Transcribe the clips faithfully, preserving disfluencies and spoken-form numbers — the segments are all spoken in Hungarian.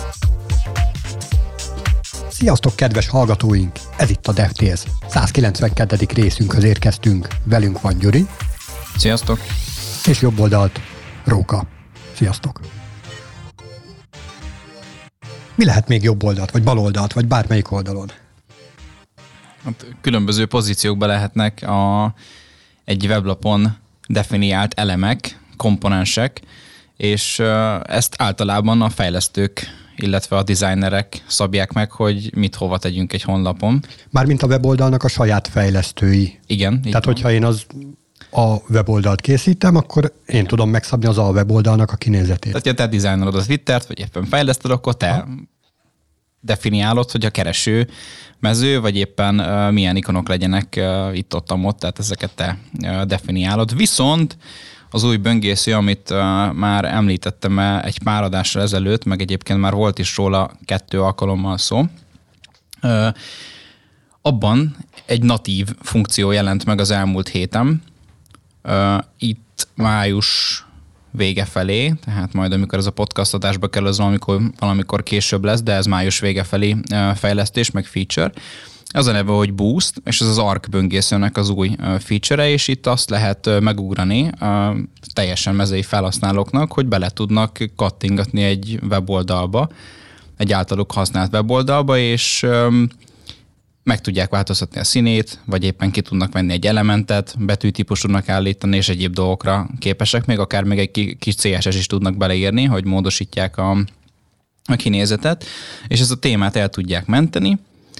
Sziasztok, kedves hallgatóink! Ez itt a DevTales. százkilencvenkettedik részünkhöz érkeztünk. Velünk van Gyuri. Sziasztok! És jobb oldalt Róka. Sziasztok! Mi lehet még jobb oldalt, vagy bal oldalt, vagy bármelyik oldalon? Hát különböző pozíciókban lehetnek a, egy weblapon definiált elemek, komponensek, és ezt általában a fejlesztők, illetve a designerek szabják meg, hogy mit hova tegyünk egy honlapon. Mármint a weboldalnak a saját fejlesztői. Igen. Tehát, hogyha én az a weboldalt készítem, akkor én tudom megszabni az a weboldalnak a kinézetét. Tehát, ha te dizájnolod a Twittert, vagy éppen fejleszted, akkor te ha. definiálod, hogy a kereső mező, vagy éppen uh, milyen ikonok legyenek uh, itt-ott, ott, tehát ezeket te uh, definiálod. Viszont az új böngésző, amit uh, már említettem egy pár adással ezelőtt, meg egyébként már volt is róla kettő alkalommal szó, uh, abban egy natív funkció jelent meg az elmúlt héten. Uh, itt május vége felé, tehát majd amikor ez a podcast adásba kell, az valamikor, valamikor később lesz, de ez május vége felé uh, fejlesztés, meg feature. Az a neve, hogy Boost, és ez az Arc böngészőnek az új feature-e, és itt azt lehet megugrani a teljesen mezei felhasználóknak, hogy bele tudnak kattingatni egy weboldalba, egy általuk használt weboldalba, és meg tudják változtatni a színét, vagy éppen ki tudnak venni egy elementet, betűtípus tudnak állítani, és egyéb dolgokra képesek, még akár még egy kis cé es es is tudnak beleírni, hogy módosítják a, a kinézetet, és ezt a témát el tudják menteni,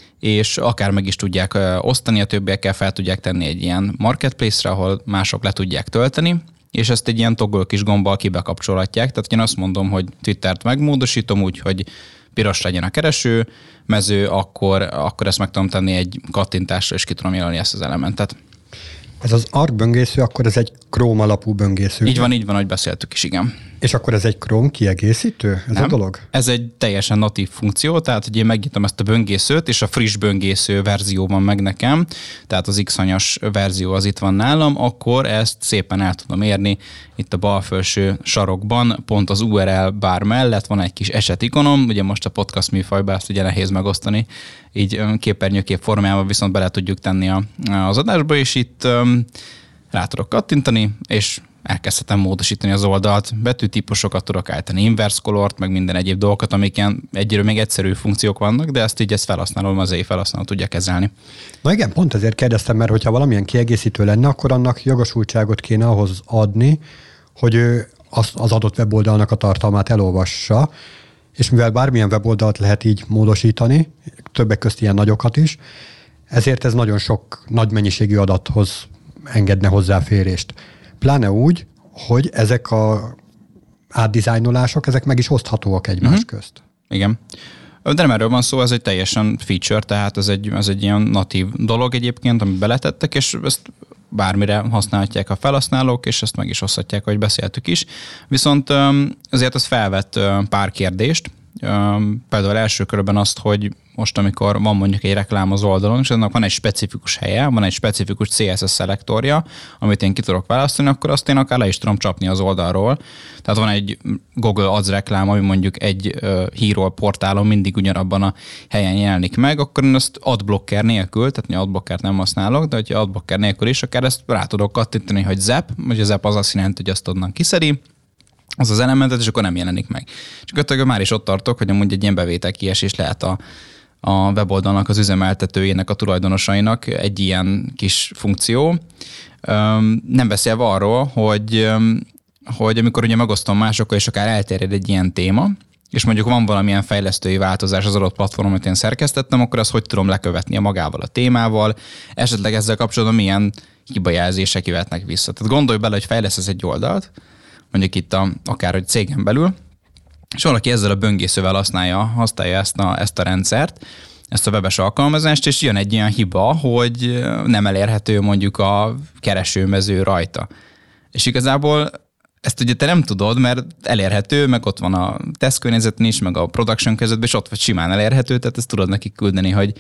és akár meg is tudják osztani, a többiekkel fel tudják tenni egy ilyen marketplace-re, ahol mások le tudják tölteni, és ezt egy ilyen toggle kis gombbal kibekapcsolhatják. Tehát én azt mondom, hogy Twittert megmódosítom úgy, hogy piros legyen a kereső mező, akkor, akkor ezt meg tudom tenni egy kattintásra, és ki tudom jelölni ezt az elementet. Ez az Arc böngésző, akkor ez egy Chrome alapú böngésző. Így van, így van, hogy beszéltük is, igen. És akkor ez egy Chrome kiegészítő? Ez Nem, a dolog? Ez egy teljesen natív funkció, tehát hogy én megnyitom ezt a böngészőt, és a friss böngésző verzió van meg nekem, tehát az X-anyas verzió az itt van nálam, akkor ezt szépen el tudom érni. Itt a bal felső sarokban, pont az u er el bár mellett van egy kis eset ikonom, ugye most a podcast műfajban ezt ugye nehéz megosztani, így képernyőkép formájában viszont bele tudjuk tenni a, az adásba, és itt um, rá tudok kattintani, és elkezdhetem módosítani az oldalt, betűtípusokat tudok állítani, inverse colort, meg minden egyéb dolgokat, amik ilyen egyről még egyszerű funkciók vannak, de ezt így ezt felhasználom, az éj felhasználó tudja kezelni. Na igen, pont ezért kérdeztem, mert hogyha valamilyen kiegészítő lenne, akkor annak jogosultságot kéne ahhoz adni, hogy ő az, az adott weboldalnak a tartalmát elolvassa, és mivel bármilyen weboldalt lehet így módosítani, többek közt ilyen nagyokat is, ezért ez nagyon sok nagy mennyiségű adathoz engedne hozzáférést. Pláne úgy, hogy ezek a átdizájnolások, ezek meg is oszthatóak egymás uh-huh. közt. Igen. De nem erről van szó, ez egy teljesen feature, tehát ez egy, ez egy ilyen natív dolog egyébként, amit beletettek, és ezt bármire használhatják a felhasználók, és ezt meg is oszthatják, ahogy beszéltük is. Viszont azért ez felvett pár kérdést, például első körben azt, hogy most, amikor van mondjuk egy reklám az oldalon, és annak van egy specifikus helye, van egy specifikus cé es es szelektorja, amit én ki tudok választani, akkor azt én akár le is tudom csapni az oldalról. Tehát van egy Google Ads reklám, ami mondjuk egy uh, hírról portálon mindig ugyanabban a helyen jelenik meg, akkor én azt adblocker nélkül, tehát adblockert nem használok, de hogyha adblocker nélkül is, akár ezt rá tudok kattintani, hogy zap, vagy a zap az azt jelenti, hogy azt onnan kiszedi, az az elementet, és akkor nem jelenik meg. És akkor már is ott tartok, hogy amúgy egy ilyen bevételkiesés lehet a, a weboldalnak, az üzemeltetőjének, a tulajdonosainak egy ilyen kis funkció. Nem beszélve arról, hogy, hogy amikor ugye megosztom másokkal, és akár elterjed egy ilyen téma, és mondjuk van valamilyen fejlesztői változás az adott platformon, amit én szerkesztettem, akkor azt hogy tudom lekövetni a magával a témával, esetleg ezzel kapcsolatban milyen hibajelzések jöhetnek vissza. Tehát gondolj bele, hogy fejlesztesz egy oldalt, mondjuk itt a, akár egy cégen belül, és valaki ezzel a böngészővel használja, használja ezt a, ezt a rendszert, ezt a webes alkalmazást, és jön egy ilyen hiba, hogy nem elérhető mondjuk a keresőmező rajta. És igazából ezt ugye te nem tudod, mert elérhető, meg ott van a tesztkörnyezetben is, meg a production közöttben, és ott vagy simán elérhető, tehát ezt tudod nekik küldeni, hogy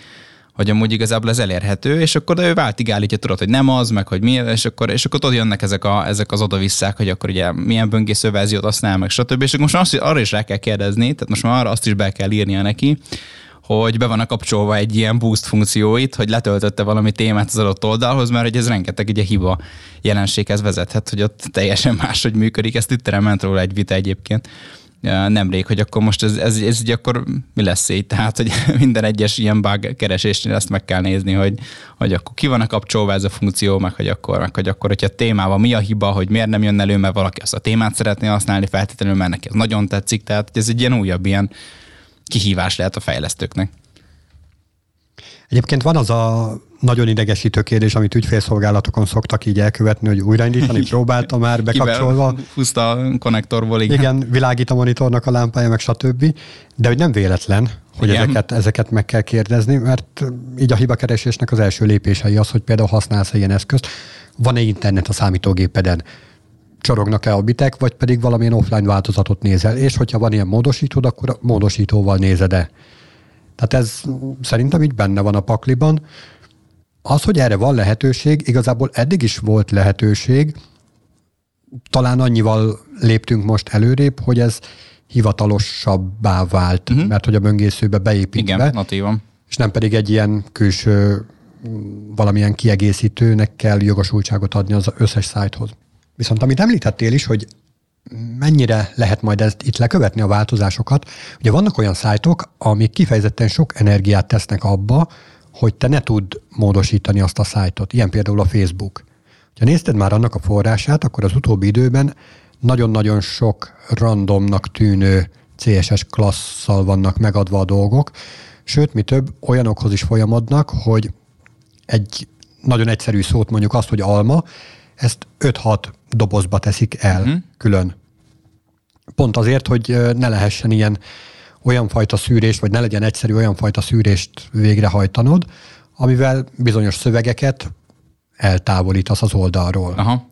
hogy amúgy igazából ez elérhető, és akkor ő váltig állítja, tudod, hogy nem az, meg hogy mi, és akkor, és akkor ott jönnek ezek, a, ezek az oda-visszák, hogy akkor ugye milyen böngésző verziót használ, meg stb. És akkor most azt, arra is rá kell kérdezni, tehát most már arra azt is be kell írnia neki, hogy be van kapcsolva egy ilyen boost funkcióit, hogy letöltötte valami témát az adott oldalhoz, mert hogy ez rengeteg ugye hiba jelenséghez vezethet, hogy ott teljesen máshogy működik. Ez Twitteren ment róla egy vita egyébként nemrég, hogy akkor most ez, ez, ez így akkor mi lesz így? Tehát, hogy minden egyes ilyen bug keresésnél ezt meg kell nézni, hogy, hogy akkor ki van a kapcsolva ez a funkció, meg hogy akkor, meg hogy akkor, hogyha a témában mi a hiba, hogy miért nem jön elő, mert valaki azt a témát szeretné használni feltétlenül, mert neki ez nagyon tetszik, tehát ez egy ilyen újabb ilyen kihívás lehet a fejlesztőknek. Egyébként van az a nagyon idegesítő kérdés, amit ügyfélszolgálatokon szoktak így elkövetni, hogy újraindítani, próbálta már bekapcsolva. Húzta a konnektorból, igen. Igen, világít a monitornak a lámpája, meg stb. De hogy nem véletlen, hogy ezeket, ezeket meg kell kérdezni, mert így a hibakeresésnek az első lépései az, hogy például használsz ilyen eszközt, van-e internet a számítógépeden, csorognak-e a bitek, vagy pedig valamilyen offline változatot nézel, és hogyha van ilyen módosítód, akkor a módosítóval nézed-e. Tehát ez szerintem így benne van a pakliban. Az, hogy erre van lehetőség, igazából eddig is volt lehetőség, talán annyival léptünk most előrébb, hogy ez hivatalosabbá vált, uh-huh. mert hogy a böngészőbe beépítve. Igen, natívan. És nem pedig egy ilyen külső valamilyen kiegészítőnek kell jogosultságot adni az összes szájthoz. Viszont amit említettél is, hogy mennyire lehet majd ezt itt lekövetni a változásokat. Ugye vannak olyan szájtok, amik kifejezetten sok energiát tesznek abba, hogy te ne tudd módosítani azt a szájtot. Ilyen például a Facebook. Ha nézted már annak a forrását, akkor az utóbbi időben nagyon-nagyon sok randomnak tűnő cé es es klasszal vannak megadva a dolgok, sőt, mi több, olyanokhoz is folyamodnak, hogy egy nagyon egyszerű szót, mondjuk azt, hogy alma, ezt öt-hat dobozba teszik el uh-huh. külön. Pont azért, hogy ne lehessen ilyen olyan fajta szűrést, vagy ne legyen egyszerű olyan fajta szűrést végrehajtanod, amivel bizonyos szövegeket eltávolítasz az oldalról. Aha.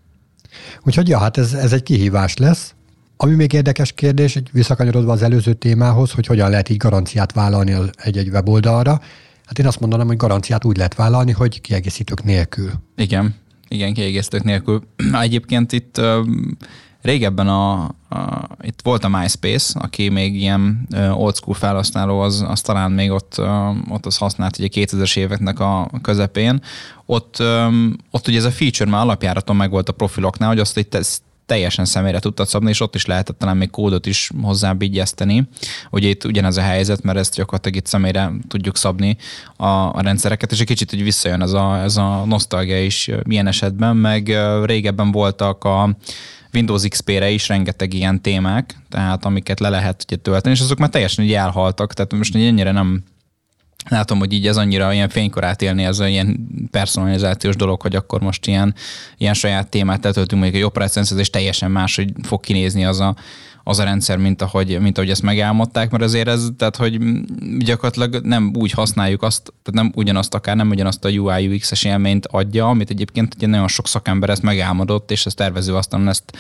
Úgyhogy ja, hát ez, ez egy kihívás lesz. Ami még érdekes kérdés, egy visszakanyarodva az előző témához, hogy hogyan lehet így garanciát vállalni egy-egy weboldalra. Hát én azt mondanám, hogy garanciát úgy lehet vállalni, hogy kiegészítők nélkül. Igen. Igen, kiegészítők nélkül. Egyébként itt uh, régebben a, a, itt volt a MySpace, aki még ilyen uh, old school felhasználó, az, az talán még ott, uh, ott az használt ugye kétezres éveknek a közepén. Ott, um, ott ugye ez a feature már alapjáraton meg volt a profiloknál, hogy azt itt teljesen személyre tudtad szabni, és ott is lehetett talán még kódot is hozzábígyeszteni. Ugye itt ugyanez a helyzet, mert ezt gyakorlatilag itt személyre tudjuk szabni a, a rendszereket, és egy kicsit úgy visszajön ez a, ez a nosztalgia is ilyen esetben, meg régebben voltak a Windows iksz pére is rengeteg ilyen témák, tehát amiket le lehet ugye tölteni, és azok már teljesen így elhaltak, tehát most ennyire nem látom, hogy így ez annyira ilyen fénykorát élni, ez a ilyen personalizációs dolog, hogy akkor most ilyen, ilyen saját témát letöltünk, mondjuk egy operációs és teljesen más, hogy fog kinézni az a, az a rendszer, mint ahogy, mint ahogy ezt megálmodták, mert azért ez, tehát hogy gyakorlatilag nem úgy használjuk azt, tehát nem ugyanazt akár, nem ugyanazt a u i u iksz-es élményt adja, amit egyébként ugye nagyon sok szakember ezt megálmodott, és ezt tervező aztán ezt,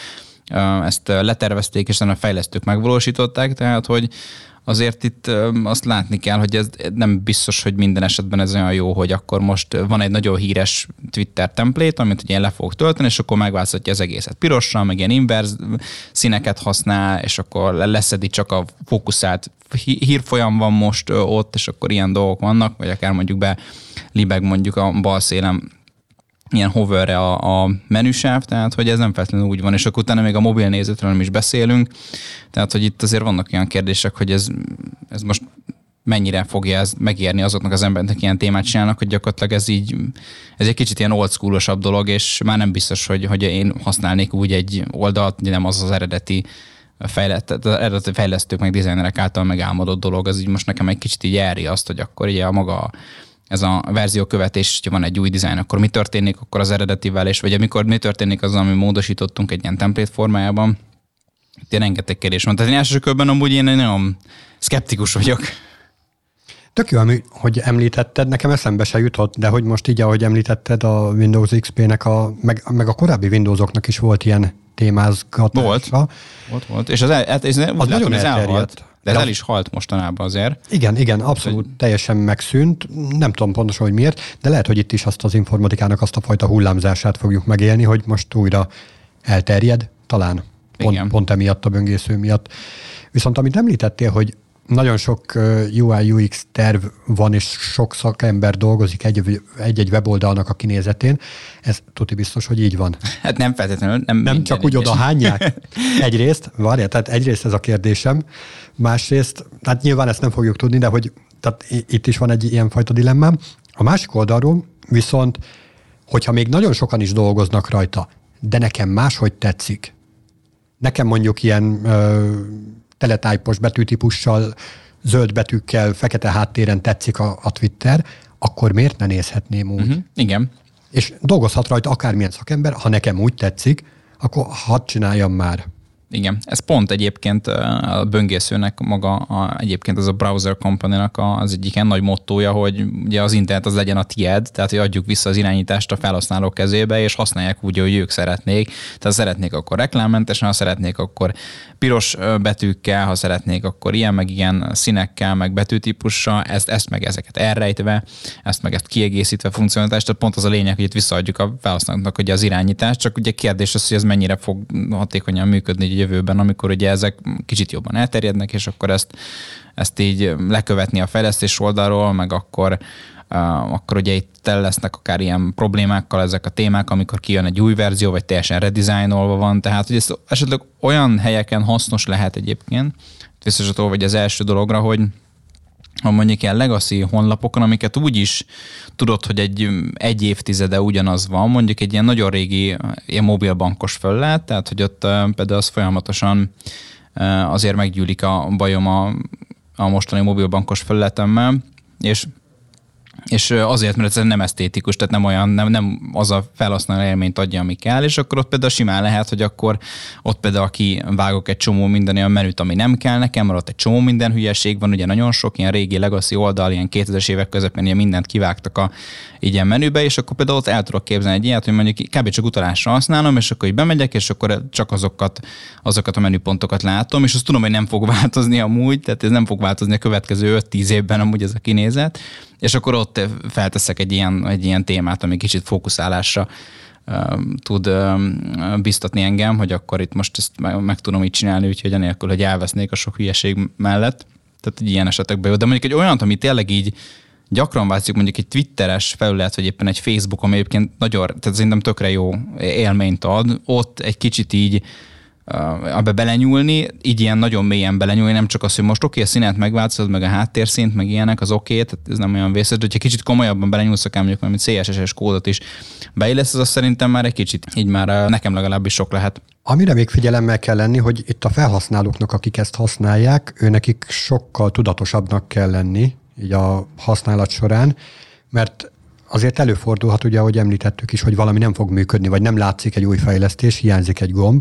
ezt letervezték, és a fejlesztők megvalósították, tehát hogy azért itt azt látni kell, hogy ez nem biztos, hogy minden esetben ez olyan jó, hogy akkor most van egy nagyon híres Twitter template, amit ugye én le fogok tölteni, és akkor megváltoztatja az egészet pirosra, meg ilyen inverz színeket használ, és akkor leszedi csak a fókuszált hírfolyam van most ott, és akkor ilyen dolgok vannak, vagy akár mondjuk be libeg mondjuk a bal szélem ilyen hoverre a, a menüsáv, tehát hogy ez nem feltétlenül úgy van, és akkor utána még a mobil nézetről nem is beszélünk, tehát hogy itt azért vannak olyan kérdések, hogy ez, ez most mennyire fogja ez megérni azoknak az embereknek ilyen témát csinálnak, hogy gyakorlatilag ez így, ez egy kicsit ilyen old school-osabb dolog, és már nem biztos, hogy, hogy én használnék úgy egy oldalt, nem az az eredeti fejlett, az eredeti fejlesztők meg designerek által megálmodott dolog, az így most nekem egy kicsit így elriaszt, hogy akkor ugye a maga ez a verziókövetés, hogyha van egy új dizájn, akkor mi történik akkor az eredetivel, és vagy amikor mi történik az, ami módosítottunk egy ilyen template formájában. Itt rengeteg kérdés van. Tehát én első körben amúgy én nagyon szkeptikus vagyok. Tök jó, hogy említetted, nekem eszembe se jutott, de hogy most így, ahogy említetted, a Windows iksz pé-nek, a, meg, meg a korábbi Windowsoknak is volt ilyen témázgatása. Volt, volt, volt. És az, ez, ez, az nagyon elterjedt. De ez de el is halt mostanában azért. Igen, igen, abszolút hogy... teljesen megszűnt. Nem tudom pontosan, hogy miért, de lehet, hogy itt is azt az informatikának azt a fajta hullámzását fogjuk megélni, hogy most újra elterjed, talán pont, pont emiatt a böngésző miatt. Viszont amit említettél, hogy nagyon sok u i u iksz terv van, és sok szakember dolgozik egy- egy-egy weboldalnak a kinézetén. Ez tuti biztos, hogy így van. Hát nem feltétlenül. Nem, nem csak úgy oda hányják. Egyrészt, várjál, tehát egyrészt ez a kérdésem, másrészt, hát nyilván ezt nem fogjuk tudni, de hogy tehát itt is van egy ilyenfajta dilemmám. A másik oldalról viszont, hogyha még nagyon sokan is dolgoznak rajta, de nekem máshogy tetszik. Nekem mondjuk ilyen ö, teletypos betűtípussal, zöld betűkkel, fekete háttéren tetszik a, a Twitter, akkor miért ne nézhetném úgy? Uh-huh. Igen. És dolgozhat rajta akármilyen szakember, ha nekem úgy tetszik, akkor hadd csináljam már. Igen, ez pont egyébként a böngészőnek maga, a, egyébként az a Browser Company-nak az egyik ilyen nagy mottója, hogy ugye az internet az legyen a tied, tehát hogy adjuk vissza az irányítást a felhasználók kezébe, és használják úgy, hogy ők szeretnék. Tehát szeretnék akkor reklámmentesen, ha szeretnék akkor piros betűkkel, ha szeretnék akkor ilyen, meg ilyen színekkel, meg betűtípussal, ezt, ezt meg ezeket elrejtve, ezt meg ezt kiegészítve funkcionalitást, tehát pont az a lényeg, hogy itt visszaadjuk a felhasználóknak ugye az irányítást, csak ugye kérdés az, hogy ez mennyire fog hatékonyan működni jövőben, amikor ugye ezek kicsit jobban elterjednek, és akkor ezt, ezt így lekövetni a fejlesztés oldalról, meg akkor, uh, akkor ugye itt lesznek akár ilyen problémákkal ezek a témák, amikor kijön egy új verzió, vagy teljesen redesignolva van, tehát hogy ez esetleg olyan helyeken hasznos lehet egyébként, visszasatolva vagy az első dologra, hogy ha mondjuk ilyen legacy honlapokon, amiket úgy is tudod, hogy egy, egy évtizede ugyanaz van, mondjuk egy ilyen nagyon régi ilyen mobilbankos felület, tehát hogy ott uh, például az folyamatosan uh, azért meggyűlik a bajom a, a mostani mobilbankos felületemmel, és és azért, mert ez nem esztétikus, tehát nem olyan, nem, nem az a felhasználó élményt adja, ami kell, és akkor ott például simán lehet, hogy akkor ott például kivágok egy csomó minden olyan menüt, ami nem kell nekem, mert ott egy csomó minden hülyeség van, ugye nagyon sok ilyen régi legacy oldal, ilyen kétezres évek közepén ilyen mindent kivágtak a ilyen menübe, és akkor például ott el tudok képzelni egy ilyet, hogy mondjuk kb. Csak utalásra használom, és akkor így bemegyek, és akkor csak azokat, azokat a menüpontokat látom, és azt tudom, hogy nem fog változni amúgy, tehát ez nem fog változni a következő öt-tíz évben amúgy ez a kinézet, és akkor ott felteszek egy ilyen, egy ilyen témát, ami kicsit fókuszálásra uh, tud uh, biztatni engem, hogy akkor itt most ezt meg, meg tudom így csinálni, úgyhogy anélkül, hogy elvesznék a sok hülyeség mellett. Tehát egy ilyen esetekben jó. De mondjuk egy olyant, ami tényleg így gyakran változik, mondjuk egy twitteres felület, vagy éppen egy Facebook, ami egyébként nagyon, tehát szerintem tökre jó élményt ad, ott egy kicsit így abba belenyúlni, így ilyen nagyon mélyen belenyúlni, nem csak az, hogy most oké, okay, a színet megváltozod, meg a háttérszínt, meg ilyenek, az oké, okay, tehát ez nem olyan vészes, de hogyha kicsit komolyabban belenyúlsz, akár mondjuk, mint cé es es-es kódot is beillesz, az szerintem már egy kicsit, így már nekem legalábbis sok lehet. Amire még figyelemmel kell lenni, hogy itt a felhasználóknak, akik ezt használják, őnekik sokkal tudatosabbnak kell lenni, így a használat során, mert azért előfordulhat, ugye, ahogy említettük is, hogy valami nem fog működni, vagy nem látszik egy új fejlesztés, hiányzik egy gomb,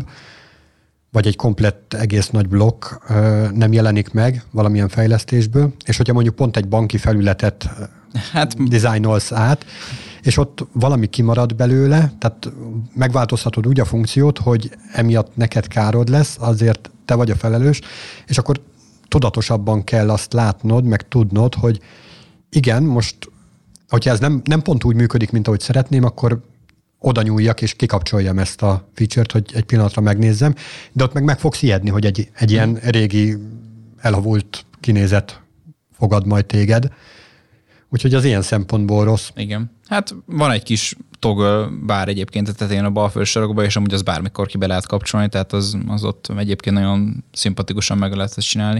vagy egy komplett egész nagy blokk nem jelenik meg valamilyen fejlesztésből, és hogyha mondjuk pont egy banki felületet hát, dizájnolsz át, és ott valami kimarad belőle, tehát megváltoztatod úgy a funkciót, hogy emiatt neked károd lesz, azért te vagy a felelős, és akkor tudatosabban kell azt látnod, meg tudnod, hogy igen, most, hogyha ez nem, nem pont úgy működik, mint ahogy szeretném, akkor oda nyúljak és kikapcsoljam ezt a feature-t, hogy egy pillanatra megnézzem, de ott meg meg fogsz ijedni, hogy egy, egy ilyen régi elhavult kinézet fogad majd téged. Úgyhogy az ilyen szempontból rossz. Igen. Hát van egy kis toggle bár egyébként a tetején a bal felsarokba, és amúgy az bármikor ki be lehet kapcsolni, tehát az, az ott egyébként nagyon szimpatikusan meg lehet ezt csinálni.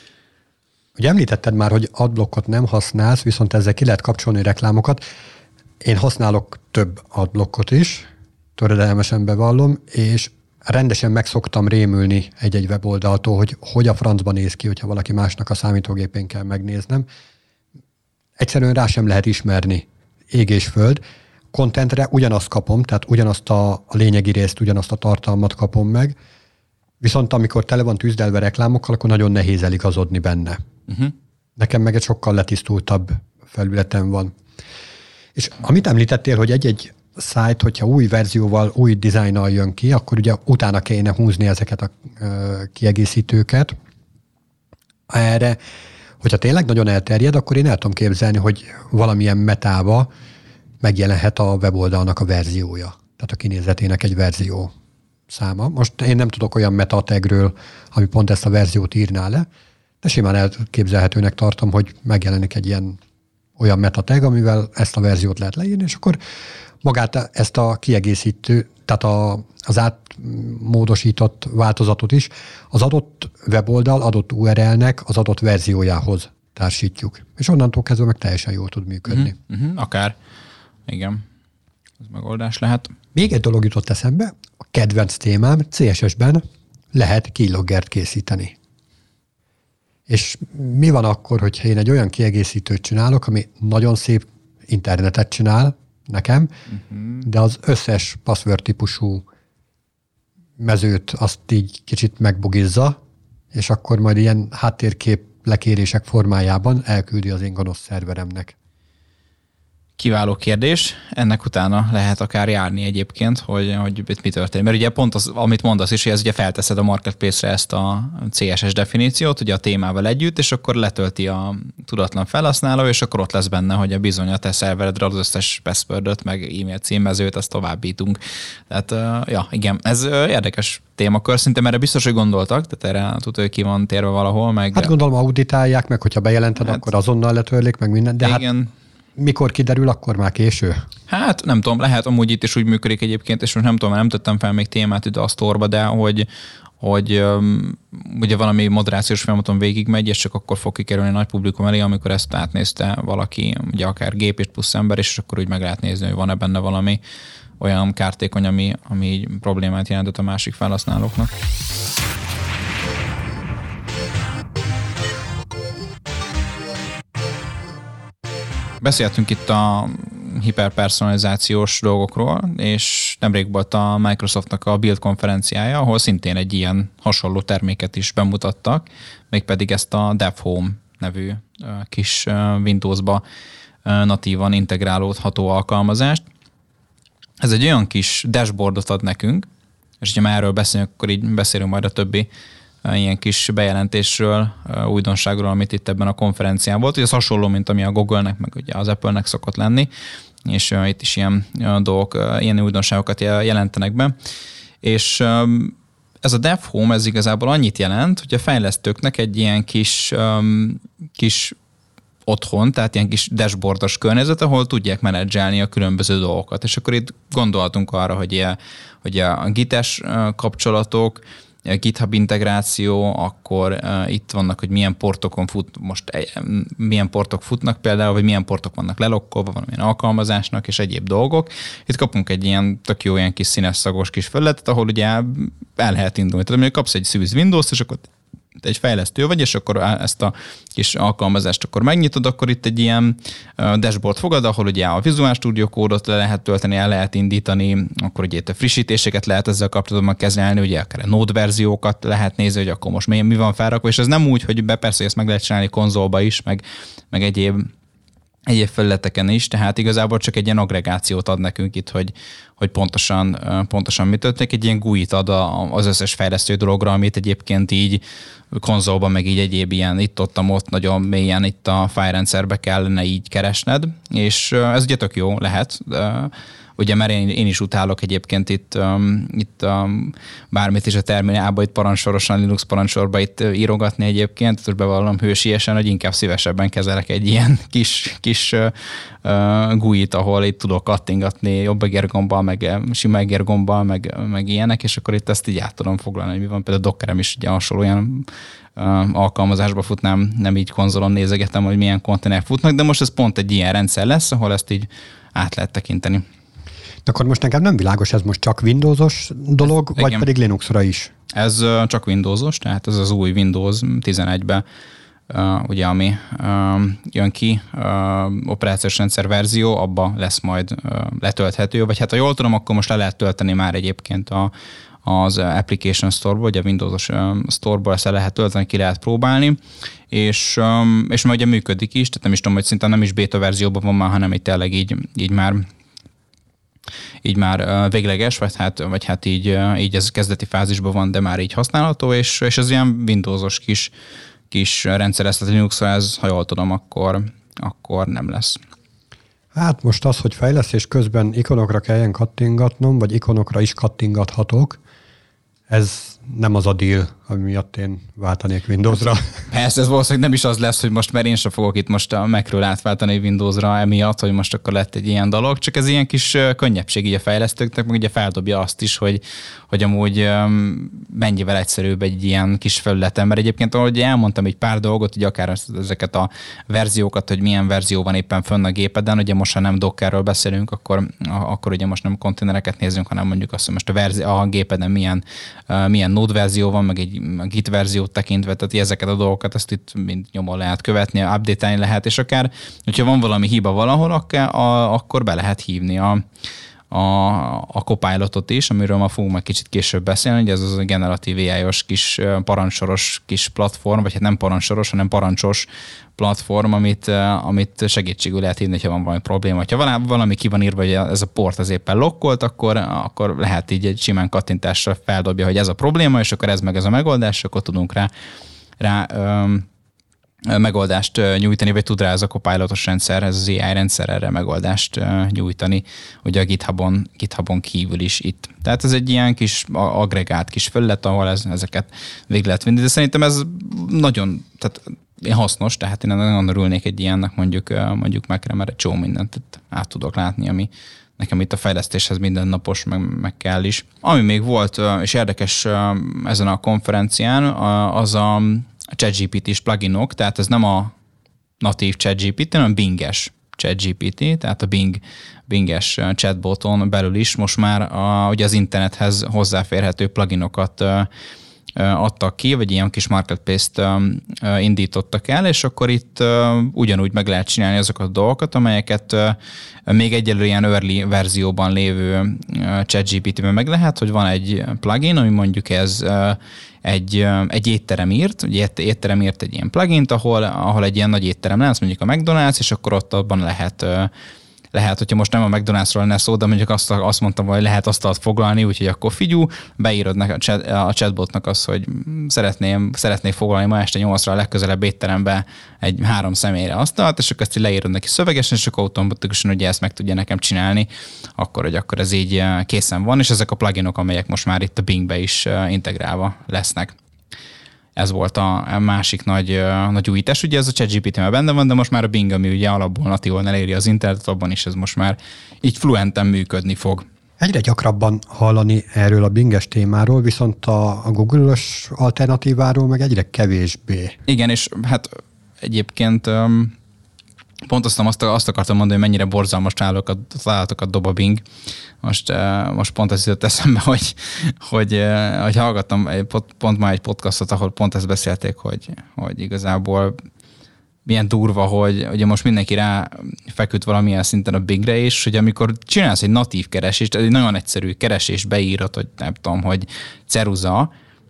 Ugye említetted már, hogy adblockot nem használsz, viszont ezzel ki lehet kapcsolni reklámokat. Én használok több adblockot is, töredelmesen bevallom, és rendesen meg szoktam rémülni egy-egy weboldaltól, hogy hogy a francban néz ki, hogyha valaki másnak a számítógépén kell megnéznem. Egyszerűen rá sem lehet ismerni ég és föld. Contentre ugyanazt kapom, tehát ugyanazt a, a lényegi részt, ugyanazt a tartalmat kapom meg, viszont amikor tele van tűzdelve reklámokkal, akkor nagyon nehéz eligazodni benne. Uh-huh. Nekem meg egy sokkal letisztultabb felületem van. És amit említettél, hogy egy-egy szájt, hogyha új verzióval, új dizájnnal jön ki, akkor ugye utána kéne húzni ezeket a uh, kiegészítőket. erre, hogyha tényleg nagyon elterjed, akkor én el tudom képzelni, hogy valamilyen metába megjelenhet a weboldalnak a verziója. Tehát a kinézetének egy verzió száma. Most én nem tudok olyan meta tagről, ami pont ezt a verziót írná le, de simán elképzelhetőnek tartom, hogy megjelenik egy ilyen olyan meta tag, amivel ezt a verziót lehet leírni, és akkor magát ezt a kiegészítő, tehát a, az átmódosított változatot is az adott weboldal, adott u er el-nek az adott verziójához társítjuk. És onnantól kezdve meg teljesen jól tud működni. Uh-huh, uh-huh, akár. Igen. Ez megoldás lehet. Még egy dolog jutott eszembe, a kedvenc témám, cé es es-ben lehet keyloggert készíteni. És mi van akkor, hogyha én egy olyan kiegészítőt csinálok, ami nagyon szép internetet csinál nekem, uh-huh. de az összes password típusú mezőt azt így kicsit megbogizza, és akkor majd ilyen háttérkép lekérések formájában elküldi az én gonosz szerveremnek. Kiváló kérdés. Ennek utána lehet akár járni egyébként, hogy, hogy mi történik. Mert ugye pont az, amit mondasz is, hogy ez ugye felteszed a marketplace-re ezt a cé es es definíciót, ugye a témával együtt, és akkor letölti a tudatlan felhasználó, és akkor ott lesz benne, hogy a bizony a te szerveredre az összes passwordot, meg e-mail címezőt, azt továbbítunk. Tehát, ja, igen, ez érdekes témakör. Szerintem erre biztos, hogy gondoltak, tehát erre tudod, hogy ki van térve valahol. Meg... Hát gondolom auditálják, meg hogyha bejelented, hát, akkor azonnal letörlik, meg minden. De igen. Hát mikor kiderül, akkor már késő? Hát nem tudom, lehet amúgy itt is úgy működik egyébként, és most nem tudom, nem tettem fel még témát ide a sztorba, de hogy, hogy um, ugye valami moderációs folyamaton végigmegy, és csak akkor fog kikerülni nagy publikum elé, amikor ezt átnézte valaki, ugye akár gép és plusz ember, és akkor úgy meg lehet nézni, hogy van-e benne valami olyan kártékony, ami, ami így problémát jelentett a másik felhasználóknak. Beszéltünk itt a hiperpersonalizációs dolgokról, és nemrég volt a Microsoftnak a Build konferenciája, ahol szintén egy ilyen hasonló terméket is bemutattak, mégpedig ezt a DevHome nevű kis Windowsba natívan integrálódható alkalmazást. Ez egy olyan kis dashboardot ad nekünk, és ha már erről beszélünk, akkor így beszélünk majd a többi ilyen kis bejelentésről, újdonságról, amit itt ebben a konferencián volt. Ugye ez hasonló, mint ami a Google-nek, meg ugye az Apple-nek szokott lenni, és uh, itt is ilyen uh, dolgok, uh, ilyen újdonságokat jelentenek be. És um, ez a DevHome, ez igazából annyit jelent, hogy a fejlesztőknek egy ilyen kis, um, kis otthon, tehát ilyen kis dashboardos környezet, ahol tudják menedzselni a különböző dolgokat. És akkor itt gondoltunk arra, hogy, ilyen, hogy a gites kapcsolatok, a GitHub integráció, akkor uh, itt vannak, hogy milyen portokon fut, most uh, milyen portok futnak például, vagy milyen portok vannak lelokkolva, valamilyen alkalmazásnak, és egyéb dolgok. Itt kapunk egy ilyen tök jó, ilyen kis színes szagos kis felületet, ahol ugye el lehet indulni. Tehát mondjuk kapsz egy szűz Windows-t, és akkor te egy fejlesztő vagy, és akkor ezt a kis alkalmazást akkor megnyitod, akkor itt egy ilyen dashboard fogad, ahol ugye a Visual Studio kódot le lehet tölteni, el lehet indítani, akkor ugye itt a frissítéseket lehet ezzel kapcsolatban kezelni, ugye akár a Node verziókat lehet nézni, hogy akkor most mi van felrakva, és ez nem úgy, hogy be persze ezt meg lehet csinálni konzolba is, meg, meg egyéb egyéb felületeken is, tehát igazából csak egy ilyen agregációt ad nekünk itt, hogy, hogy pontosan, pontosan mit történik. Egy ilyen gújt ad az összes fejlesztő dologra, amit egyébként így konzolban, meg így egyéb ilyen itt-ottam ott nagyon mélyen itt a fájlrendszerbe kellene így keresned, és ez ugye tök jó lehet. Ugye, mert én, én is utálok egyébként itt, um, itt um, bármit is a terminálba, itt parancsorosan, Linux parancsorba itt írogatni egyébként, és bevallom hősiesen, hogy inkább szívesebben kezelek egy ilyen kis, kis uh, uh, gújit, ahol itt tudok kattingatni jobb egérgombbal, meg sima egérgombbal, meg, meg ilyenek, és akkor itt ezt így át tudom foglalni, hogy mi van. Például Dockerem is ugye hasonló ilyen uh, alkalmazásba futnám, nem így konzolon nézegetem, hogy milyen konténerek futnak, de most ez pont egy ilyen rendszer lesz, ahol ezt így át lehet tekinteni. De akkor most nekem nem világos, ez most csak Windowsos dolog, ez, vagy igen, pedig Linuxra is? Ez uh, csak Windowsos, tehát ez az új Windows tizenegyben, uh, ugye, ami uh, jön ki, uh, operációs rendszer verzió, abba lesz majd uh, letölthető, vagy hát ha jól tudom, akkor most le lehet tölteni már egyébként a, az Application Store-ból, ugye a Windowsos uh, Store-ból ezt le lehet tölteni, ki lehet próbálni, és, um, és már ugye működik is, tehát nem is tudom, hogy szinte nem is beta verzióban van már, hanem itt tényleg így, így már így már végleges, vagy hát, vagy hát így, így ez kezdeti fázisban van, de már így használható, és, és ez ilyen Windowsos kis, kis rendszereztető Linuxra ez, ha jól tudom, akkor, akkor nem lesz. Hát most az, hogy fejlesztés közben ikonokra kelljen kattingatnom, vagy ikonokra is kattingathatok, ez nem az a deal, ami miatt én váltanék Windowsra. Persze, ez valószínűleg nem is az lesz, hogy most, mert én sem fogok itt most a Macről átváltani Windowsra emiatt, hogy most akkor lett egy ilyen dolog, csak ez ilyen kis könnyebbség így a fejlesztőknek, meg ugye feldobja azt is, hogy, hogy amúgy mennyivel egyszerűbb egy ilyen kis felületen, mert egyébként ahogy elmondtam egy pár dolgot, hogy akár ezeket a verziókat, hogy milyen verzió van éppen fönn a gépeden, ugye most ha nem Dockerről beszélünk, akkor, akkor ugye most nem konténereket nézzünk, hanem mondjuk azt, hogy most a, verzi- a gépeden milyen, milyen Node verzió van, meg egy Git verziót tekintve, tehát ezeket a dolgokat ezt itt mind nyomon lehet követni, update-elni lehet, és akár, hogyha van valami hiba valahol, akkor be lehet hívni a, a, a Copilotot is, amiről ma fogunk majd kicsit később beszélni, hogy ez az a generatív á i-os kis parancsoros kis platform, vagy hát nem parancsoros, hanem parancsos platform, amit, amit segítségül lehet hívni, ha van valami probléma. Ha valami ki van írva, hogy ez a port az éppen lokkolt, akkor, akkor lehet így egy simán kattintással feldobja, hogy ez a probléma, és akkor ez meg ez a megoldás, akkor tudunk rá, rá öm, megoldást nyújtani, vagy tud rá ez a Copilotos rendszer, ez az á i rendszer erre megoldást nyújtani, ugye a GitHubon, GitHubon kívül is itt. Tehát ez egy ilyen kis agregált kis felület, ahol ez, ezeket végig lehet vinni, de szerintem ez nagyon, tehát hasznos, tehát én nagyon örülnék egy ilyennek mondjuk, mondjuk Macre, mert egy csó mindent át tudok látni, ami nekem itt a fejlesztéshez mindennapos, meg, meg kell is. Ami még volt, és érdekes ezen a konferencián, az a ChatGPT-s pluginok, tehát ez nem a natív ChatGPT, hanem Bing-es ChatGPT, tehát a Bing, Bing-es chatboton belül is most már a, ugye az internethez hozzáférhető pluginokat adtak ki, vagy ilyen kis marketplace-t indítottak el, és akkor itt ugyanúgy meg lehet csinálni azokat a dolgokat, amelyeket még egyelőre ilyen early verzióban lévő ChatGPT-ben meg lehet, hogy van egy plugin, ami mondjuk ez egy, egy étterem írt, ugye étterem írt egy ilyen plugint, ahol, ahol egy ilyen nagy étterem lesz, mondjuk a McDonald's, és akkor ott abban lehet Lehet, hogyha most nem a McDonald'sról lenne szó, de mondjuk azt, azt mondtam, hogy lehet asztalt foglalni, úgyhogy akkor figyú, beírod a, chat, a chatbotnak azt, hogy szeretném, szeretnék foglalni ma este nyolcra a legközelebb étterembe egy három személyre asztalt, és akkor ezt leírod neki szövegesen, és akkor automatikusan ugye ezt meg tudja nekem csinálni, akkor, hogy akkor ez így készen van, és ezek a pluginok, amelyek most már itt a Bingbe is integrálva lesznek. Ez volt a másik nagy, nagy újítás. Ugye ez a ChatGPT-ben benne van, de most már a Bing, ami ugye alapból natívon eléri az internetet, abban is ez most már így fluenten működni fog. Egyre gyakrabban hallani erről a Binges témáról, viszont a, a Google-ös alternatíváról meg egyre kevésbé. Igen, és hát egyébként pont azt, azt, azt akartam mondani, hogy mennyire borzalmas találatokat dob a Bing. Most, most pont ez jutott eszembe, hogy, hogy, hogy hallgattam pont már egy podcastot, ahol pont ezt beszélték, hogy, hogy igazából milyen durva, hogy ugye most mindenki rá feküdt valamilyen szinten a Bingre is, hogy amikor csinálsz egy natív keresést, egy nagyon egyszerű keresést beírod, hogy nem tudom, hogy ceruza,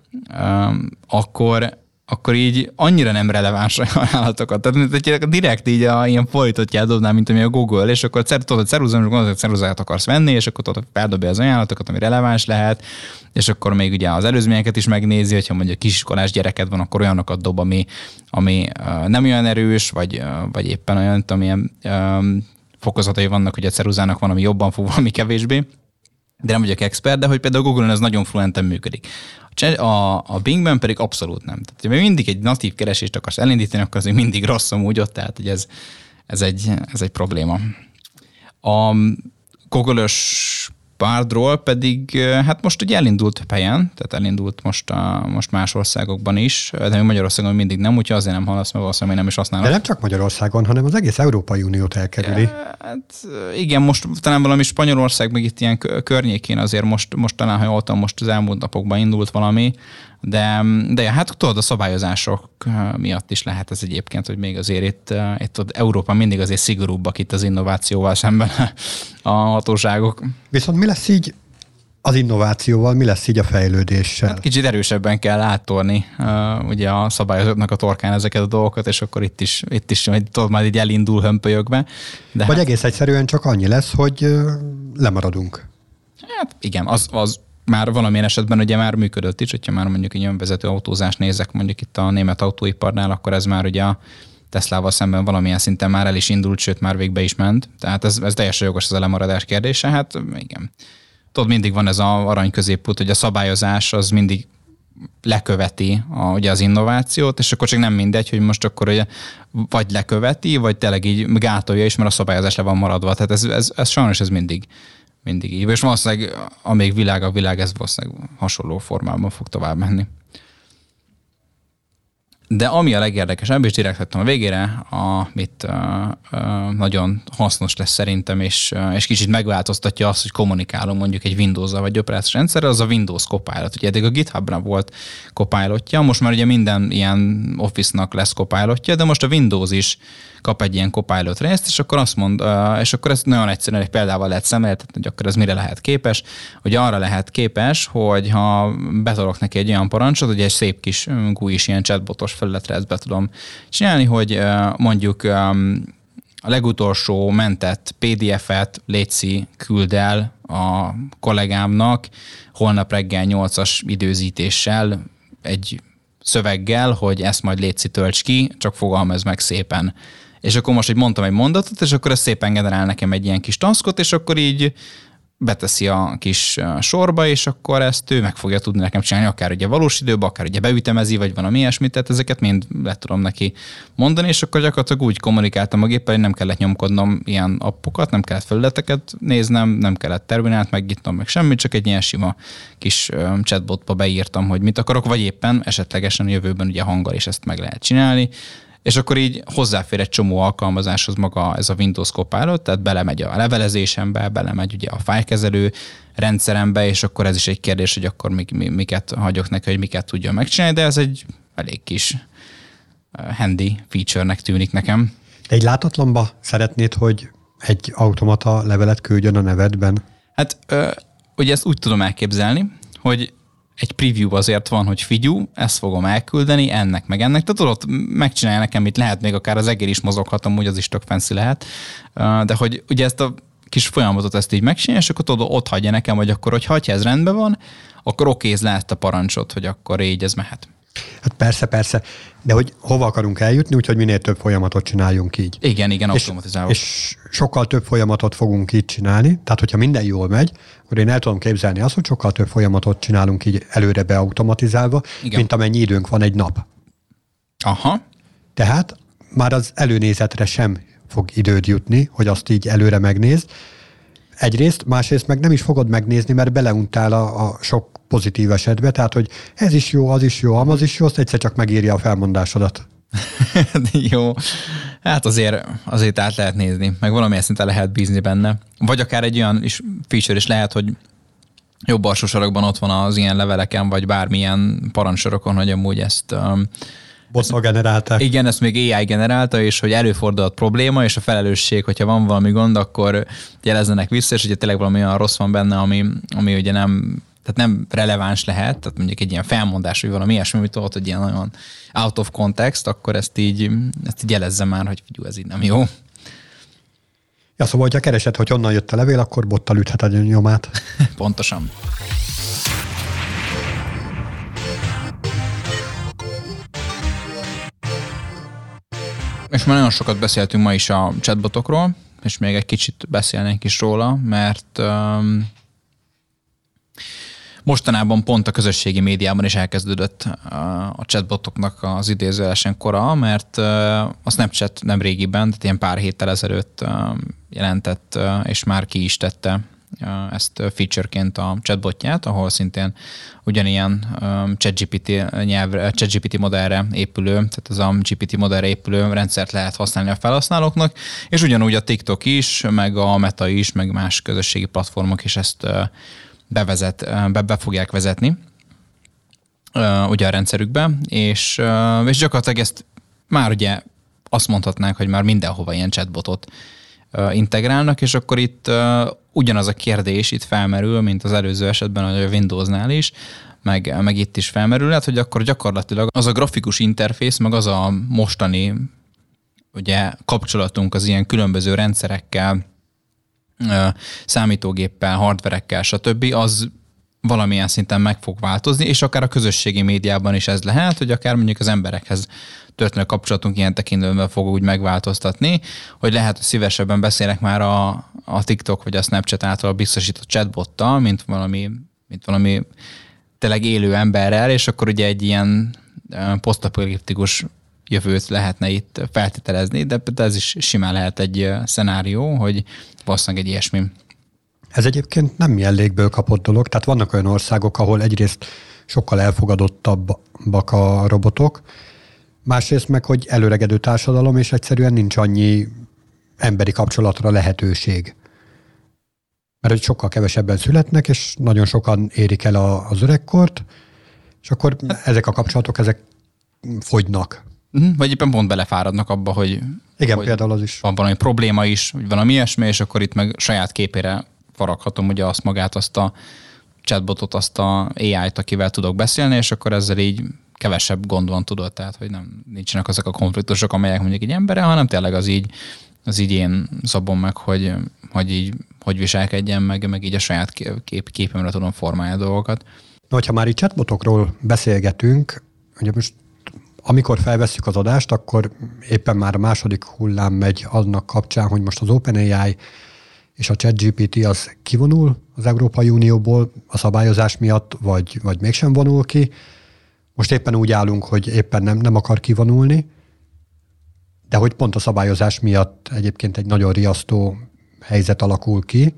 akkor akkor így annyira nem releváns ajánlatokat. Tehát direkt így a, ilyen fordítottját dobnál, mint ami a Google, és akkor tudod, hogy ceruza, amikor gondolod, hogy ceruzát akarsz venni, és akkor tudod, feldobja az ajánlatokat, ami releváns lehet, és akkor még ugye az előzményeket is megnézi, hogyha mondjuk kisiskolás gyereked van, akkor olyanokat dob, ami, ami uh, nem olyan erős, vagy, uh, vagy éppen olyan, amilyen um, fokozatai vannak, hogy a ceruzának van, ami jobban fog, valami kevésbé. De nem vagyok expert, de hogy például a Google-on ez nagyon fluenten működik. A, a Bingben pedig abszolút nem. Tehát, ha mindig egy natív keresést akarsz elindítani, akkor az mindig rossz amúgy ott, tehát hogy ez, ez, egy, ez egy probléma. A Google-ös Bardról pedig, hát most ugye elindult helyen, tehát elindult most, a, most más országokban is, de még Magyarországon mindig nem, úgyhogy azért nem hallasz, mert valószínűleg nem is használnak. De nem csak Magyarországon, hanem az egész Európai Uniót elkerüli. Hát igen, most talán valami Spanyolország, meg itt ilyen környékén azért most, most talán, ha jól tudom, most az elmúlt napokban indult valami, de, de hát tudod, a szabályozások miatt is lehet ez egyébként, hogy még azért itt, itt Európa mindig azért szigorúbbak itt az innovációval szemben a hatóságok. Viszont mi lesz így az innovációval, mi lesz így a fejlődéssel? Hát kicsit erősebben kell áttorni uh, ugye a szabályozóknak a torkán ezeket a dolgokat, és akkor itt is, itt is tudod, majd így elindul hömpölyögve. Vagy hát, egész egyszerűen csak annyi lesz, hogy uh, lemaradunk. Hát igen, az, az már valamilyen esetben ugye már működött is, hogyha már mondjuk egy önvezető autózást nézek mondjuk itt a német autóiparnál, akkor ez már ugye a Teslával szemben valamilyen szinten már el is indult, sőt már végbe is ment. Tehát ez, ez teljesen jogos az a lemaradás kérdése. Hát igen. Tudod, mindig van ez az arany középút, hogy a szabályozás az mindig leköveti a, ugye az innovációt, és akkor csak nem mindegy, hogy most akkor ugye vagy leköveti, vagy tényleg így gátolja is, mert a szabályozás le van maradva. Tehát ez, ez, ez sajnos ez mindig, mindig így. És valószínűleg amíg világ a világ, ez valószínűleg hasonló formában fog tovább menni. De ami a legérdekesebb, és direkt vettem a végére, amit uh, uh, nagyon hasznos lesz szerintem, és, uh, és kicsit megváltoztatja azt, hogy kommunikálunk mondjuk egy Windows-zal vagy operációs rendszerrel, az a Windows Copilot. Ugye eddig a GitHub-ra volt Copilotja, most már ugye minden ilyen Office-nak lesz Copilotja, de most a Windows is kap egy ilyen Copilot részt, és akkor azt mond, uh, és akkor ezt nagyon egyszerűen egy példával lehet szemléltetni, hogy akkor ez mire lehet képes, hogy arra lehet képes, hogy ha betolok neki egy olyan parancsot, hogy egy szép kis gú is ilyen chatbotos felületre ezt be tudom csinálni, hogy uh, mondjuk um, a legutolsó mentett pé dé ef-et létszi küld el a kollégámnak holnap reggel nyolcas időzítéssel egy szöveggel, hogy ezt majd létszi tölts ki, csak fogalmaz meg szépen. És akkor most, hogy mondtam egy mondatot, és akkor ez szépen generál nekem egy ilyen kis taskot, és akkor így beteszi a kis sorba, és akkor ezt ő meg fogja tudni nekem csinálni, akár ugye valós időben, akár ugye beütemezi, vagy valami ilyesmit, tehát ezeket mind le tudom neki mondani, és akkor gyakorlatilag úgy kommunikáltam a géppel, hogy nem kellett nyomkodnom ilyen appokat, nem kellett felületeket néznem, nem kellett terminált megnyitnom, meg semmit, csak egy ilyen sima kis chatbotba beírtam, hogy mit akarok, vagy éppen esetlegesen a jövőben ugye hanggal is ezt meg lehet csinálni. És akkor így hozzáfér egy csomó alkalmazáshoz maga ez a Windows Copilot, tehát belemegy a levelezésembe, belemegy ugye a fájlkezelő rendszerembe, és akkor ez is egy kérdés, hogy akkor miket hagyok neki, hogy miket tudjon megcsinálni, de ez egy elég kis handy feature-nek tűnik nekem. Egy látatlanba szeretnéd, hogy egy automata levelet küldjön a nevedben? Hát ugye ezt úgy tudom elképzelni, hogy egy preview azért van, hogy figyú, ezt fogom elküldeni, ennek meg ennek. Tehát tudod, megcsinálja nekem, itt lehet még akár az egér is mozoghat, amúgy az is tök fancy lehet. De hogy ugye ezt a kis folyamatot ezt így megcsinálja, és akkor tudod, ott hagyja nekem, hogy akkor, hogyha ez rendben van, akkor okéz lehet a parancsot, hogy akkor így ez mehet. Hát persze, persze. De hogy hova akarunk eljutni, úgyhogy minél több folyamatot csináljunk így. Igen, igen, automatizálva. És, és sokkal több folyamatot fogunk így csinálni, tehát hogyha minden jól megy, akkor én el tudom képzelni azt, hogy sokkal több folyamatot csinálunk így előre beautomatizálva, igen, mint amennyi időnk van egy nap. Aha. Tehát már az előnézetre sem fog időd jutni, hogy azt így előre megnézd. Egyrészt, másrészt meg nem is fogod megnézni, mert beleuntál a, a sok pozitív esetbe, tehát, hogy ez is jó, az is jó, az is jó, azt egyszer csak megírja a felmondásodat. Jó, hát azért, azért át lehet nézni, meg valamilyen szinten lehet bízni benne. Vagy akár egy olyan is feature is lehet, hogy jobb alsó sarokban ott van az ilyen leveleken, vagy bármilyen parancsorokon, hogy amúgy ezt... Um, Bottal generálták. Igen, ezt még á i generálta, és hogy előfordulhat probléma, és a felelősség, hogyha van valami gond, akkor jelezzenek vissza, és hogyha tényleg valami olyan rossz van benne, ami, ami ugye nem, tehát nem releváns lehet, tehát mondjuk egy ilyen felmondás, vagy valami ilyesmi, amit tudod, hogy ilyen nagyon out of context, akkor ezt így, ezt így jelezze már, hogy figyelj, ez így nem jó. Ja, szóval, hogyha keresed, hogy honnan jött a levél, akkor bottal ütheted a nyomát. Pontosan. És már nagyon sokat beszéltünk ma is a chatbotokról, és még egy kicsit beszélnénk is róla, mert um, mostanában pont a közösségi médiában is elkezdődött uh, a chatbotoknak az idézőjelesen kora, mert uh, a Snapchat nem régiben, tehát ilyen pár héttel ezelőtt uh, jelentett, uh, és már ki is tette uh, ezt featureként a chatbotját, ahol szintén ugyanilyen um, ChatGPT nyelvre, ChatGPT modellre épülő, tehát az a gé pé té modellre épülő rendszert lehet használni a felhasználóknak, és ugyanúgy a TikTok is, meg a Meta is, meg más közösségi platformok is ezt uh, bevezet, be, be fogják vezetni uh, ugye a rendszerükbe, és, uh, és gyakorlatilag ezt már ugye azt mondhatnánk, hogy már mindenhova ilyen chatbotot uh, integrálnak, és akkor itt uh, ugyanaz a kérdés itt felmerül, mint az előző esetben a Windowsnál is, meg, meg itt is felmerül, hát, hogy akkor gyakorlatilag az a grafikus interfész, meg az a mostani ugye kapcsolatunk az ilyen különböző rendszerekkel, számítógéppel, hardverekkel, stb. Az valamilyen szinten meg fog változni, és akár a közösségi médiában is ez lehet, hogy akár mondjuk az emberekhez történő kapcsolatunk ilyen tekintetben fog úgy megváltoztatni, hogy lehet, hogy szívesebben beszélek már a, a TikTok vagy a Snapchat által biztosított chatbottal, mint valami, mint valami tényleg élő emberrel, és akkor ugye egy ilyen posztapokaliptikus jövőt lehetne itt feltételezni, de, de ez is simán lehet egy szenárió, hogy valószínűleg egy ilyesmi. Ez egyébként nem milyen légből kapott dolog, tehát vannak olyan országok, ahol egyrészt sokkal elfogadottabbak a robotok, másrészt meg, hogy előregedő társadalom, és egyszerűen nincs annyi emberi kapcsolatra lehetőség. Mert hogy sokkal kevesebben születnek, és nagyon sokan érik el a, az öregkort, és akkor hát, ezek a kapcsolatok, ezek fogynak. Vagy éppen pont belefáradnak abba, hogy, igen, hogy például az is. Van valami probléma is, vagy valami ilyesmi, és akkor itt meg saját képére faraghatom ugye azt magát, azt a chatbotot, azt a á í-t, akivel tudok beszélni, és akkor ezzel így kevesebb gond van, tudod, tehát hogy nem nincsenek azok a konfliktusok, amelyek mondjuk egy emberre, hanem tényleg az így, az így én szabom meg, hogy, hogy így hogy viselkedjen, meg, meg így a saját kép, képemre tudom formálni a dolgokat. No, hogyha már így chatbotokról beszélgetünk, ugye most amikor felvesszük az adást, akkor éppen már a második hullám megy annak kapcsán, hogy most az OpenAI és a ChatGPT az kivonul az Európai Unióból a szabályozás miatt, vagy, vagy mégsem vonul ki. Most éppen úgy állunk, hogy éppen nem, nem akar kivonulni, de hogy pont a szabályozás miatt egyébként egy nagyon riasztó helyzet alakul ki.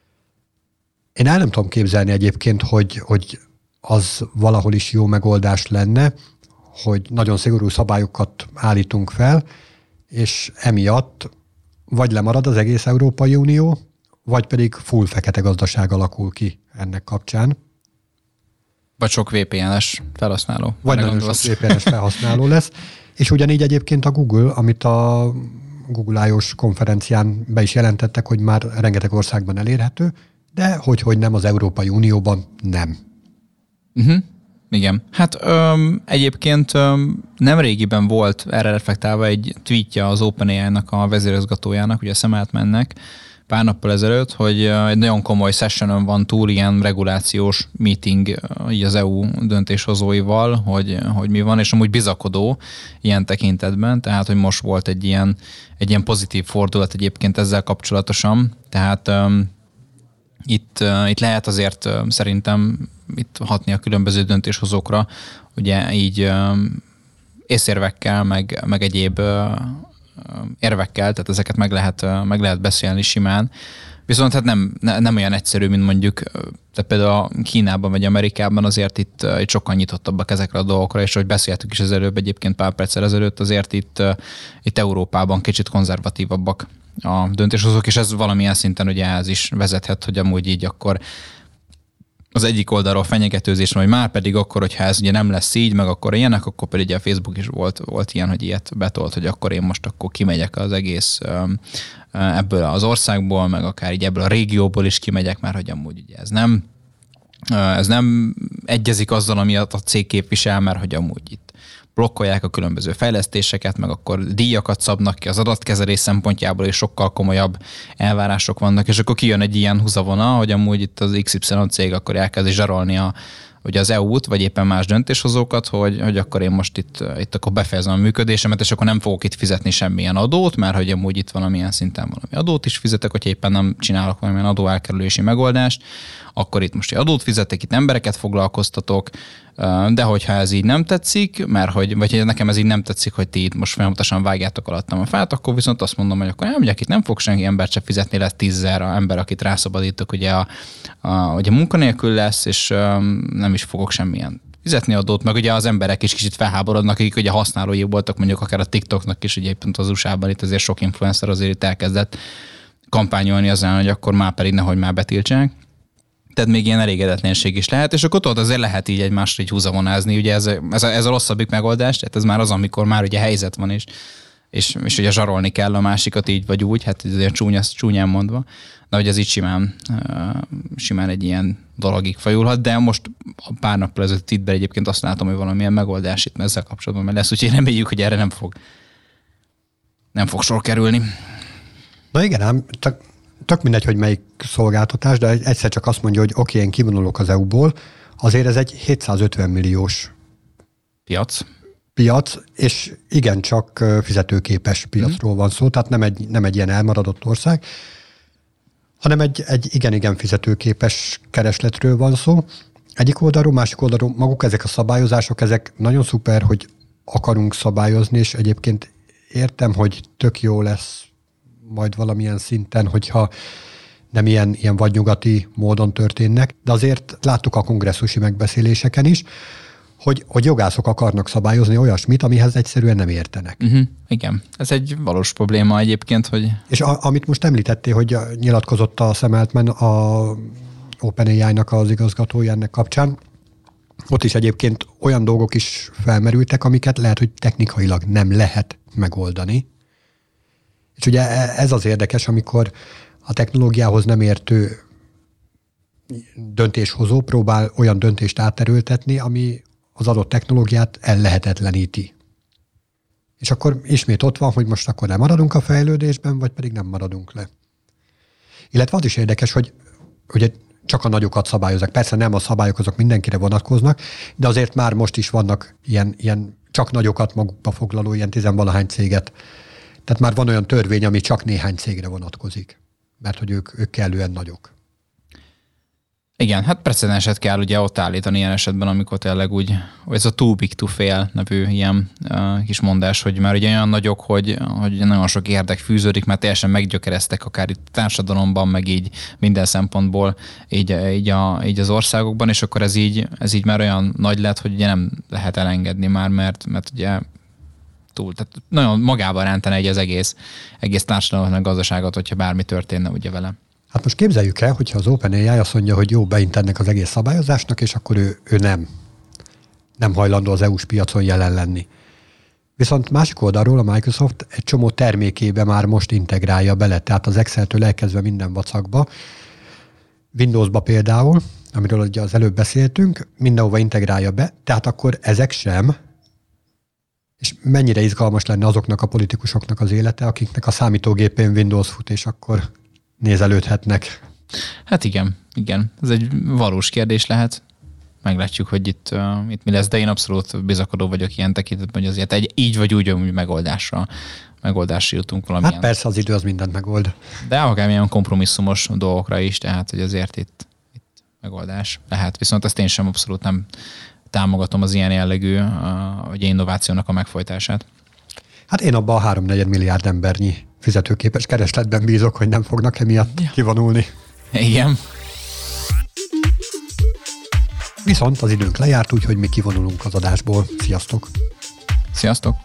Én el nem tudom képzelni egyébként, hogy, hogy az valahol is jó megoldás lenne, hogy nagyon szigorú szabályokat állítunk fel, és emiatt vagy lemarad az egész Európai Unió, vagy pedig full fekete gazdaság alakul ki ennek kapcsán. Vagy sok vé pé en-es felhasználó. Vagy nagyon sok vé pé en-es felhasználó lesz. És ugyanígy egyébként a Google, amit a Google I O-s konferencián be is jelentettek, hogy már rengeteg országban elérhető, de hogy-hogy nem az Európai Unióban nem. Uh-huh. Igen. Hát öm, egyébként öm, nem régiben volt erre reflektálva egy tweetje az OpenAI-nak a vezérigazgatójának, ugye Sam Altmannek pár nappal ezelőtt, hogy egy nagyon komoly sessionon van túl, ilyen regulációs meeting így az é u döntéshozóival, hogy, hogy mi van, és amúgy bizakodó ilyen tekintetben, tehát hogy most volt egy ilyen, egy ilyen pozitív fordulat egyébként ezzel kapcsolatosan, tehát öm, itt, uh, itt lehet azért uh, szerintem itt hatni a különböző döntéshozókra, ugye így um, észérvekkel, meg, meg egyéb uh, érvekkel, tehát ezeket meg lehet, uh, meg lehet beszélni simán. Viszont hát nem, ne, nem olyan egyszerű, mint mondjuk, tehát például Kínában vagy Amerikában azért itt, uh, itt sokkal nyitottabbak ezekre a dolgokra, és ahogy beszéltük is az előbb egyébként pár perccel ezelőtt, azért itt, uh, itt Európában kicsit konzervatívabbak a döntéshozók, és ez valamilyen szinten ugye ez is vezethet, hogy amúgy így akkor az egyik oldalról fenyegetőzés, vagy már pedig akkor, hogyha ez ugye nem lesz így, meg akkor ilyenek, akkor pedig ugye a Facebook is volt, volt ilyen, hogy ilyet betolt, hogy akkor én most akkor kimegyek az egész ebből az országból, meg akár így ebből a régióból is kimegyek, mert hogy amúgy ugye ez nem, ez nem egyezik azzal, ami a cég képvisel, mert hogy amúgy itt blokkolják a különböző fejlesztéseket, meg akkor díjakat szabnak ki az adatkezelés szempontjából, és sokkal komolyabb elvárások vannak, és akkor kijön egy ilyen húzavona, hogy amúgy itt az iksz ipszilon cég akkor elkezdi zsarolni a, ugye az é u-t, vagy éppen más döntéshozókat, hogy, hogy akkor én most itt, itt akkor befejezem a működésemet, és akkor nem fogok itt fizetni semmilyen adót, mert hogy amúgy itt valamilyen szinten valami adót is fizetek, hogyha éppen nem csinálok valamilyen adóelkerülési megoldást, akkor itt most adót fizetek, itt embereket foglalkoztatok, de hogyha ez így nem tetszik, mert hogy, vagy hogy nekem ez így nem tetszik, hogy ti itt most folyamatosan vágjátok alattam a fát, akkor viszont azt mondom, hogy akkor nem, ugye itt nem fog senki embert se fizetni, lesz tízzer a ember, akit rászabadítok, ugye a, a, ugye munkanélkül lesz, és um, nem is fogok semmilyen fizetni adót, meg ugye az emberek is kicsit felháborodnak, akik ugye használói voltak, mondjuk akár a TikToknak is, ugye éppen az u es á-ban itt azért sok influencer azért itt elkezdett kampányolni azon, hogy akkor már pedig nehogy már betiltsák. Tehát még ilyen elégedetlenség is lehet, és akkor ott azért lehet így egymást így húzavonázni, ugye ez, ez, a, ez a rosszabbik megoldás, tehát ez már az, amikor már ugye helyzet van, és, és, és ugye zsarolni kell a másikat így vagy úgy, hát ez olyan csúnya, csúnyán mondva, de hogy ez így simán, simán egy ilyen dologig fajulhat, de most pár nappal ezelőtt itt be egyébként azt látom, hogy valamilyen megoldás itt ezzel kapcsolatban mert lesz, úgyhogy reméljük, hogy erre nem fog, nem fog sor kerülni. Na igen, ám, csak tök mindegy, hogy melyik szolgáltatás, de egyszer csak azt mondja, hogy oké, okay, én kivonulok az é u-ból, azért ez egy hétszázötven milliós piac. piac, és igencsak fizetőképes piacról van szó, tehát nem egy, nem egy ilyen elmaradott ország, hanem egy, egy igen-igen fizetőképes keresletről van szó. Egyik oldalról, másik oldalról maguk ezek a szabályozások, ezek nagyon szuper, hogy akarunk szabályozni, és egyébként értem, hogy tök jó lesz majd valamilyen szinten, hogyha nem ilyen, ilyen vadnyugati módon történnek, de azért láttuk a kongresszusi megbeszéléseken is, hogy, hogy jogászok akarnak szabályozni olyasmit, amihez egyszerűen nem értenek. Uh-huh. Igen, ez egy valós probléma egyébként, hogy... És a, amit most említettél, hogy nyilatkozott a Sam Altman, a OpenAI-nak az igazgatója ennek kapcsán, ott is egyébként olyan dolgok is felmerültek, amiket lehet, hogy technikailag nem lehet megoldani. És ugye ez az érdekes, amikor a technológiához nem értő döntéshozó próbál olyan döntést átterültetni, ami az adott technológiát ellehetetleníti. És akkor ismét ott van, hogy most akkor nem maradunk a fejlődésben, vagy pedig nem maradunk le. Illetve az is érdekes, hogy ugye csak a nagyokat szabályozzák. Persze nem a szabályok azok mindenkire vonatkoznak, de azért már most is vannak ilyen, ilyen csak nagyokat magukba foglaló, ilyen tizenvalahány céget. Tehát már van olyan törvény, ami csak néhány cégre vonatkozik, mert hogy ők, ők kellően nagyok. Igen, hát precedenset kell ugye ott állítani ilyen esetben, amikor tényleg úgy, ez a too big to fail nevű ilyen uh, kis mondás, hogy már ugye olyan nagyok, hogy, hogy nagyon sok érdek fűződik, mert teljesen meggyökereztek akár itt társadalomban, meg így minden szempontból így, így, a, így az országokban, és akkor ez így, ez így már olyan nagy lett, hogy ugye nem lehet elengedni már, mert, mert ugye túl, tehát nagyon magában rántene egy az egész, egész társadalmat, meg gazdaságot, hogyha bármi történne ugye vele. Hát most képzeljük el, hogyha az OpenAI azt mondja, hogy jó, beint ennek az egész szabályozásnak, és akkor ő, ő nem, nem hajlandó az é u-s piacon jelen lenni. Viszont másik oldalról a Microsoft egy csomó termékébe már most integrálja bele, tehát az Excel-től elkezdve minden vacakba, Windowsba például, amiről ugye az előbb beszéltünk, mindenhova integrálja be, tehát akkor ezek sem, és mennyire izgalmas lenne azoknak a politikusoknak az élete, akiknek a számítógépén Windows fut, és akkor nézelődhetnek. Hát igen, igen. Ez egy valós kérdés lehet. Meglátjuk, hogy itt, uh, itt mi lesz, de én abszolút bizakodó vagyok ilyen tekintetben, hogy azért egy így vagy úgy, úgy megoldásra, megoldásra jutunk valamilyen. Hát persze az idő az mindent megold. De akár ilyen kompromisszumos dolgokra is, tehát hogy azért itt, itt megoldás lehet. Viszont ezt én sem abszolút nem támogatom az ilyen jellegű uh, vagy innovációnak a megfojtását. Hát én abban a háromnegyed milliárd embernyi fizetőképes keresletben bízok, hogy nem fognak emiatt ja. kivonulni. Igen. Viszont az időnk lejárt, úgyhogy mi kivonulunk az adásból. Sziasztok! Sziasztok!